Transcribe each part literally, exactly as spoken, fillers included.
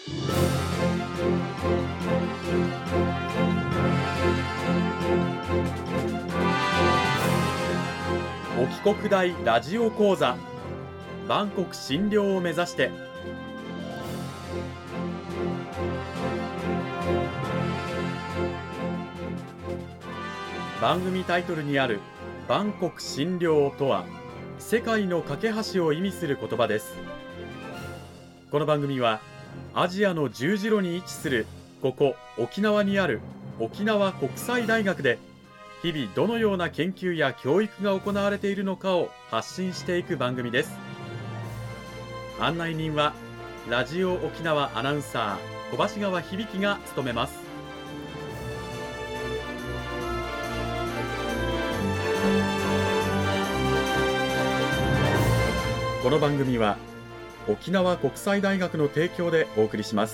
沖国大ラジオ講座、万国診療を目指して。番組タイトルにある万国診療とは、世界の架け橋を意味する言葉です。この番組はアジアの十字路に位置するここ沖縄にある沖縄国際大学で、日々どのような研究や教育が行われているのかを発信していく番組です。案内人はラジオ沖縄アナウンサー小橋川響が務めます。この番組は沖縄国際大学の提供でお送りします。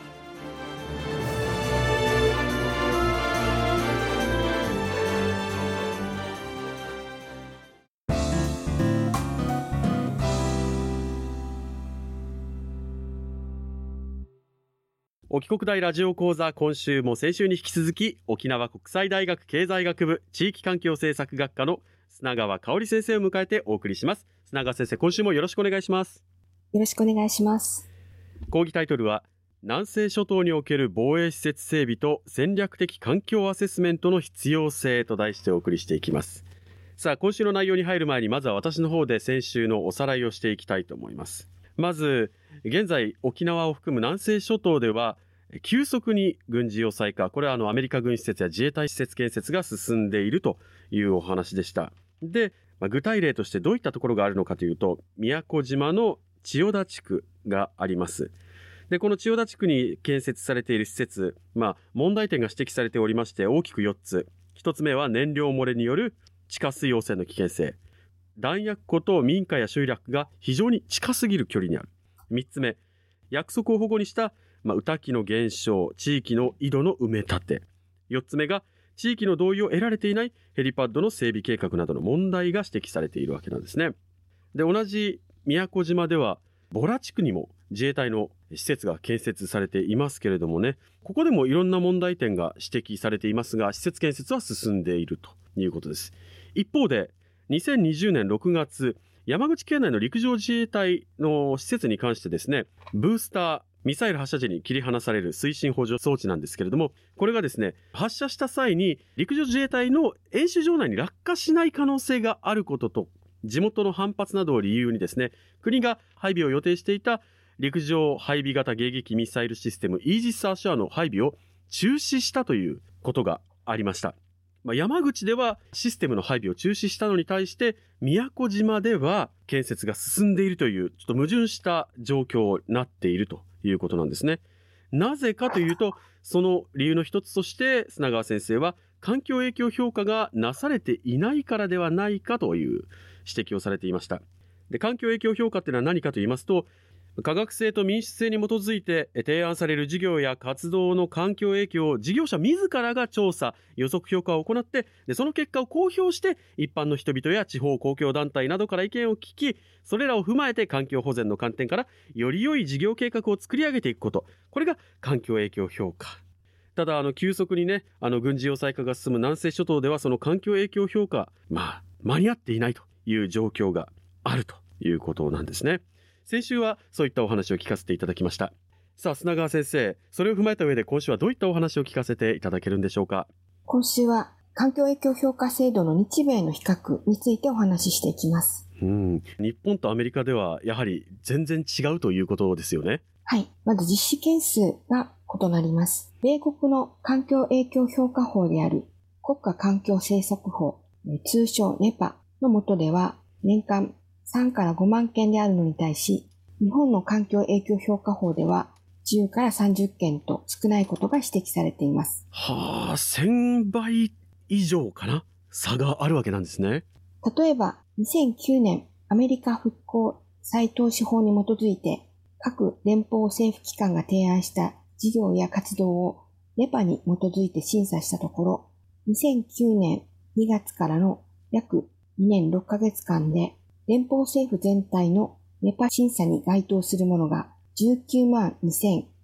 沖国大ラジオ講座、今週も先週に引き続き沖縄国際大学経済学部地域環境政策学科の砂川香織先生を迎えてお送りします。砂川先生、今週もよろしくお願いします。 よろしくお願いします。 講義タイトルは、南西諸島における防衛施設整備と戦略的環境アセスメントの必要性と題してお送りしていきます。さあ、今週の内容に入る前に、まずは私の方で先週のおさらいをしていきたいと思います。まず、現在沖縄を含む南西諸島では急速に軍事要塞化、これはあのアメリカ軍施設や自衛隊施設建設が進んでいるというお話でした。で、まあ、具体例としてどういったところがあるのかというと、宮古島の千代田地区があります。で、この千代田地区に建設されている施設、まあ、問題点が指摘されておりまして、大きくよっつ。ひとつめは燃料漏れによる地下水汚染の危険性。弾薬庫と民家や集落が非常に近すぎる距離にある。みっつめ、約束を保護にした、まあ、雨滝の減少、地域の井戸の埋め立て。よっつめが、地域の同意を得られていないヘリパッドの整備計画などの問題が指摘されているわけなんですね。で、同じ宮古島では、ボラ地区にも自衛隊の施設が建設されていますけれどもね、ここでもいろんな問題点が指摘されていますが、施設建設は進んでいるということです。一方で、にせんにじゅうねんろくがつ、山口県内の陸上自衛隊の施設に関してですね、ブースター、ミサイル発射時に切り離される推進補助装置なんですけれども、これがですね、発射した際に陸上自衛隊の演習場内に落下しない可能性があることと、地元の反発などを理由にですね、国が配備を予定していた陸上配備型迎撃ミサイルシステムイージス・アショアの配備を中止したということがありました。まあ、山口ではシステムの配備を中止したのに対して、宮古島では建設が進んでいるという、ちょっと矛盾した状況になっているということなんですね。なぜかというと、その理由の一つとして、砂川先生は、環境影響評価がなされていないからではないかという指摘をされていました。で、環境影響評価っていうのは何かと言いますと、科学性と民主性に基づいて提案される事業や活動の環境影響を事業者自らが調査、予測評価を行って、でその結果を公表して一般の人々や地方公共団体などから意見を聞き、それらを踏まえて環境保全の観点からより良い事業計画を作り上げていくこと。これが環境影響評価。ただ、あの、急速にね、あの、軍事要塞化が進む南西諸島ではその環境影響評価、まあ、間に合っていないという状況があるということなんですね。先週はそういったお話を聞かせていただきました。さあ、砂川先生、それを踏まえた上で今週はどういったお話を聞かせていただけるんでしょうか。 今週は環境影響評価制度の日米の比較についてお話ししていきます。 うん、日本とアメリカではやはり全然違うということですよね。 はい。まず実施件数が異なります。米国の環境影響評価法である国家環境政策法、通称ネパの下では年間さんからごまんけんであるのに対し、日本の環境影響評価法ではじゅうからさんじゅっけんと少ないことが指摘されています。 はあ、せんばい以上かな、差があるわけなんですね。 例えば、にせんきゅうねんアメリカ復興再投資法に基づいて、各連邦政府機関が提案した事業や活動をネパに基づいて審査したところ、にせんきゅうねんにがつからの約にねんろっかげつかんで、連邦政府全体のネパ審査に該当するものがじゅうきゅうまんにせん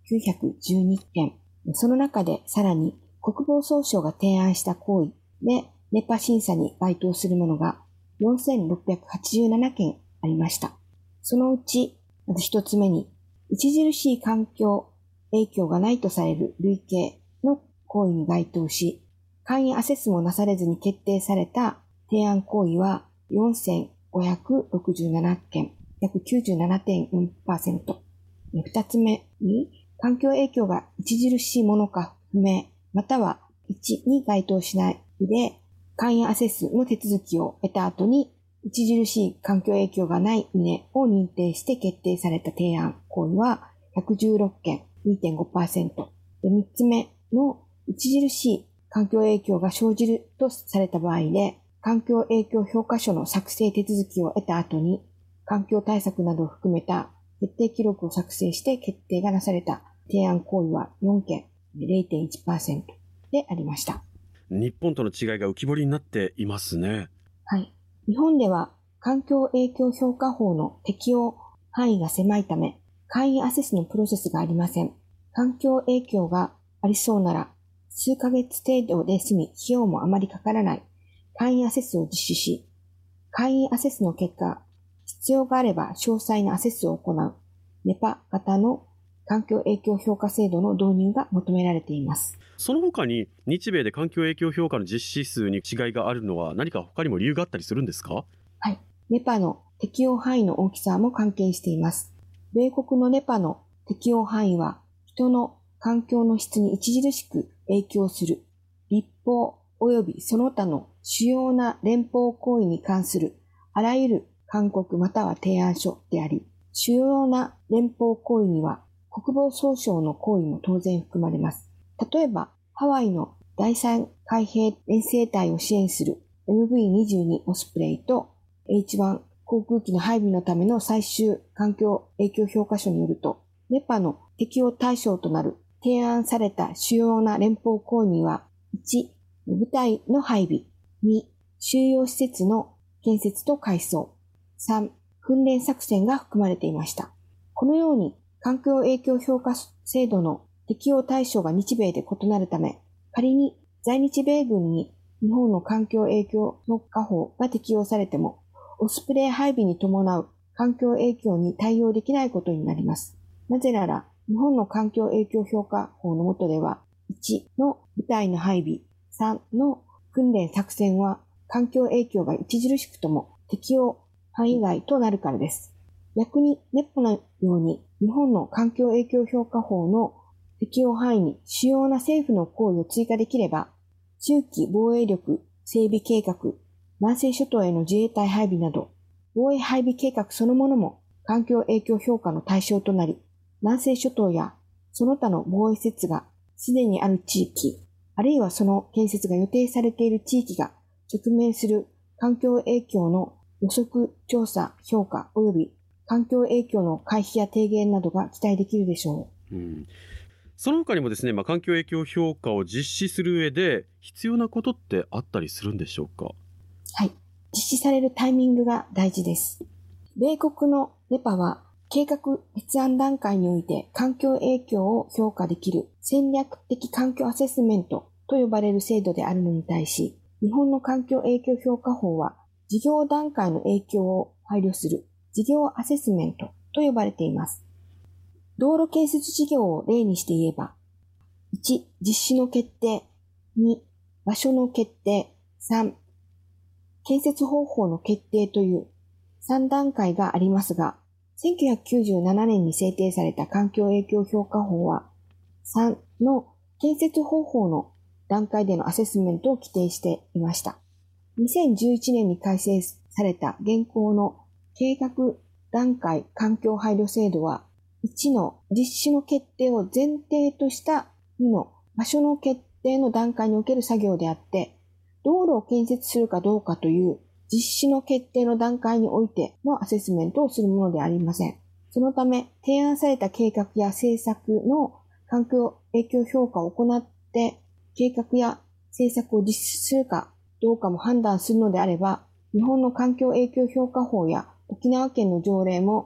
きゅうひゃくじゅうにけん、その中でさらに国防総省が提案した行為でネパ審査に該当するものがよんせんろっぴゃくはちじゅうななけんありました。そのうち、まず一つ目に、著しい環境影響がないとされる類型の行為に該当し、簡易アセスもなされずに決定された提案行為はよんせんごひゃくろくじゅうななけん、約 きゅうじゅうななてんよんパーセント。二つ目に、環境影響が著しいものか不明、またはいちに該当しないで、簡易アセスの手続きを得た後に、著しい環境影響がない旨を認定して決定された提案行為はひゃくじゅうろっけん、にてんごパーセント。三つ目の著しい環境影響が生じるとされた場合で、環境影響評価書の作成手続きを得た後に、環境対策などを含めた決定記録を作成して決定がなされた提案行為はよんけん、れいてんいちパーセント でありました。 日本との違いが浮き彫りになっていますね。 はい。日本では環境影響評価法の適用範囲が狭いため、簡易アセスのプロセスがありません。環境影響がありそうなら、数ヶ月程度で済み、費用もあまりかからない簡易アセスを実施し、簡易アセスの結果、必要があれば詳細なアセスを行うネパ型の環境影響評価制度の導入が求められています。 その他に日米で環境影響評価の実施数に違いがあるのは何か他にも理由があったりするんですか？ はい。ネパの適用範囲の大きさも関係しています。米国のネパの適用範囲は人の環境の質に著しく影響する立法及びその他の主要な連邦行為に関するあらゆる勧告または提案書であり、主要な連邦行為には国防総省の行為も当然含まれます。例えば、ハワイのだいさん海兵遠征隊を支援する エムブイにじゅうに オスプレイと エイチワン 航空機の配備のための最終環境影響評価書によると、ネパの適用対象となる提案された主要な連邦行為には、いち、部隊の配備、に、収容施設の建設と改装、さん、訓練作戦が含まれていました。このように環境影響評価制度の適用対象が日米で異なるため、仮に在日米軍に日本の環境影響評価法が適用されても、オスプレイ配備に伴う環境影響に対応できないことになります。なぜなら、日本の環境影響評価法の下では、いちの部隊の配備、さんの訓練作戦は環境影響が著しくとも適用範囲外となるからです。逆にネパのように日本の環境影響評価法の適用範囲に主要な政府の行為を追加できれば、中期防衛力整備計画、南西諸島への自衛隊配備など、防衛配備計画そのものも環境影響評価の対象となり、南西諸島やその他の防衛施設がすでにある地域、あるいはその建設が予定されている地域が直面する環境影響の予測調査、評価及び環境影響の回避や低減などが期待できるでしょう。 うんその他にもですね、まあ、環境影響評価を実施する上で必要なことってあったりするんでしょうか？ はい。実施されるタイミングが大事です。米国のネパは計画立案段階において環境影響を評価できる戦略的環境アセスメントと呼ばれる制度であるのに対し、日本の環境影響評価法は事業段階の影響を配慮する事業アセスメントと呼ばれています。道路建設事業を例にして言えば、いち、実施の決定、に、場所の決定、さん、建設方法の決定というさん段階がありますが、せんきゅうひゃくきゅうじゅうななねんに制定された環境影響評価法は、さんの建設方法の段階でのアセスメントを規定していました。にせんじゅういちねんに改正された現行の計画段階環境配慮制度はいちの実施の決定を前提としたにの場所の決定の段階における作業であって、道路を建設するかどうかという実施の決定の段階においてのアセスメントをするものではありません。そのため、提案された計画や政策の環境影響評価を行って、計画や政策を実施するかどうかも判断するのであれば、日本の環境影響評価法や沖縄県の条例も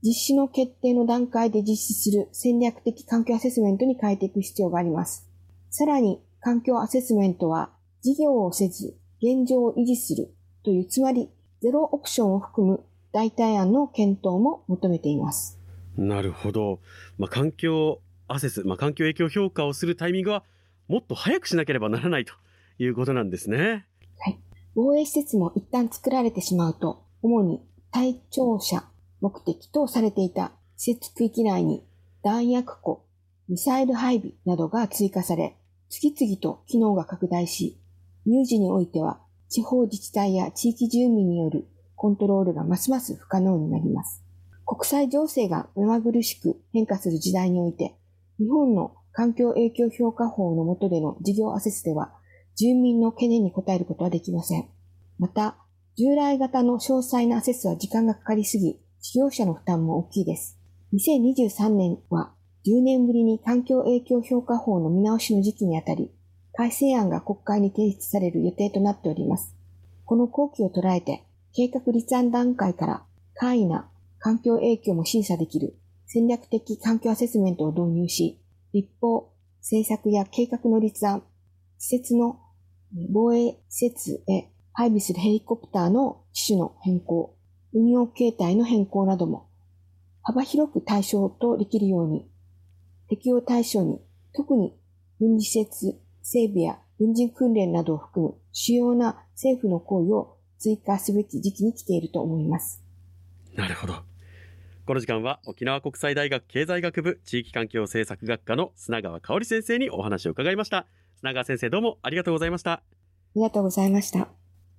実施の決定の段階で実施する戦略的環境アセスメントに変えていく必要があります。さらに、環境アセスメントは事業をせず現状を維持するという、つまりゼロオプションを含む代替案の検討も求めています。 なるほど。まあ、環境アセス、まあ、環境影響評価をするタイミングはもっと早くしなければならないということなんですね。 はい。防衛施設も一旦作られてしまうと、主に対庁舎目的とされていた施設区域内に弾薬庫、ミサイル配備などが追加され、次々と機能が拡大し、有事においては地方自治体や地域住民によるコントロールがますます不可能になります。国際情勢が目まぐるしく変化する時代において、日本の環境影響評価法の下での事業アセスでは、住民の懸念に応えることはできません。また、従来型の詳細なアセスは時間がかかりすぎ、事業者の負担も大きいです。にせんにじゅうさんねんはじゅうねんぶりに環境影響評価法の見直しの時期にあたり、改正案が国会に提出される予定となっております。この後期を捉えて、計画立案段階から簡易な環境影響も審査できる戦略的環境アセスメントを導入し、立法、政策や計画の立案、施設の防衛施設へ配備するヘリコプターの機種の変更、運用形態の変更なども幅広く対象とできるように、適用対象に特に軍事施設整備や軍人訓練などを含む主要な政府の行為を追加すべき時期に来ていると思います。 なるほど。この時間は沖縄国際大学経済学部地域環境政策学科の砂川香織先生にお話を伺いました。砂川先生、どうもありがとうございました。 ありがとうございました。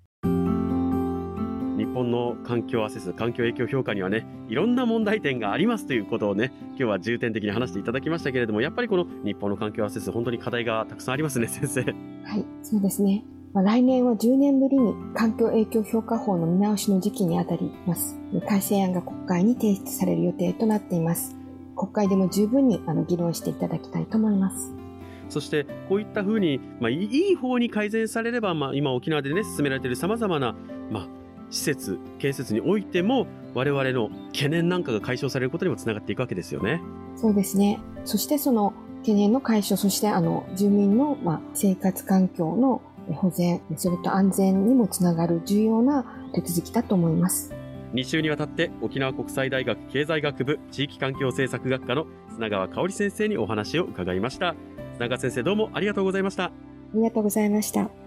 日本の環境アセス、環境影響評価にはね、いろんな問題点がありますということをね、今日は重点的に話していただきましたけれども、やっぱりこの日本の環境アセス、本当に課題がたくさんありますね、先生。 はい、そうですね。まあ、来年はじゅうねんぶりに環境影響評価法の見直しの時期にあたります。改正案が国会に提出される予定となっています。国会でも十分にあの議論していただきたいと思います。 そしてこういったふうに、まあ、いい方に改善されれば、まあ、今沖縄でね進められているさまざまな、まあ、施設建設においても我々の懸念なんかが解消されることにもつながっていくわけですよね。 そうですね。そしてその懸念の解消、そしてあの住民の、まあ、生活環境の保全、それと安全にもつながる重要な手続きだと思います。 に週にわたって沖縄国際大学経済学部地域環境政策学科の砂川香織先生にお話を伺いました。砂川先生、どうもありがとうございました。 ありがとうございました。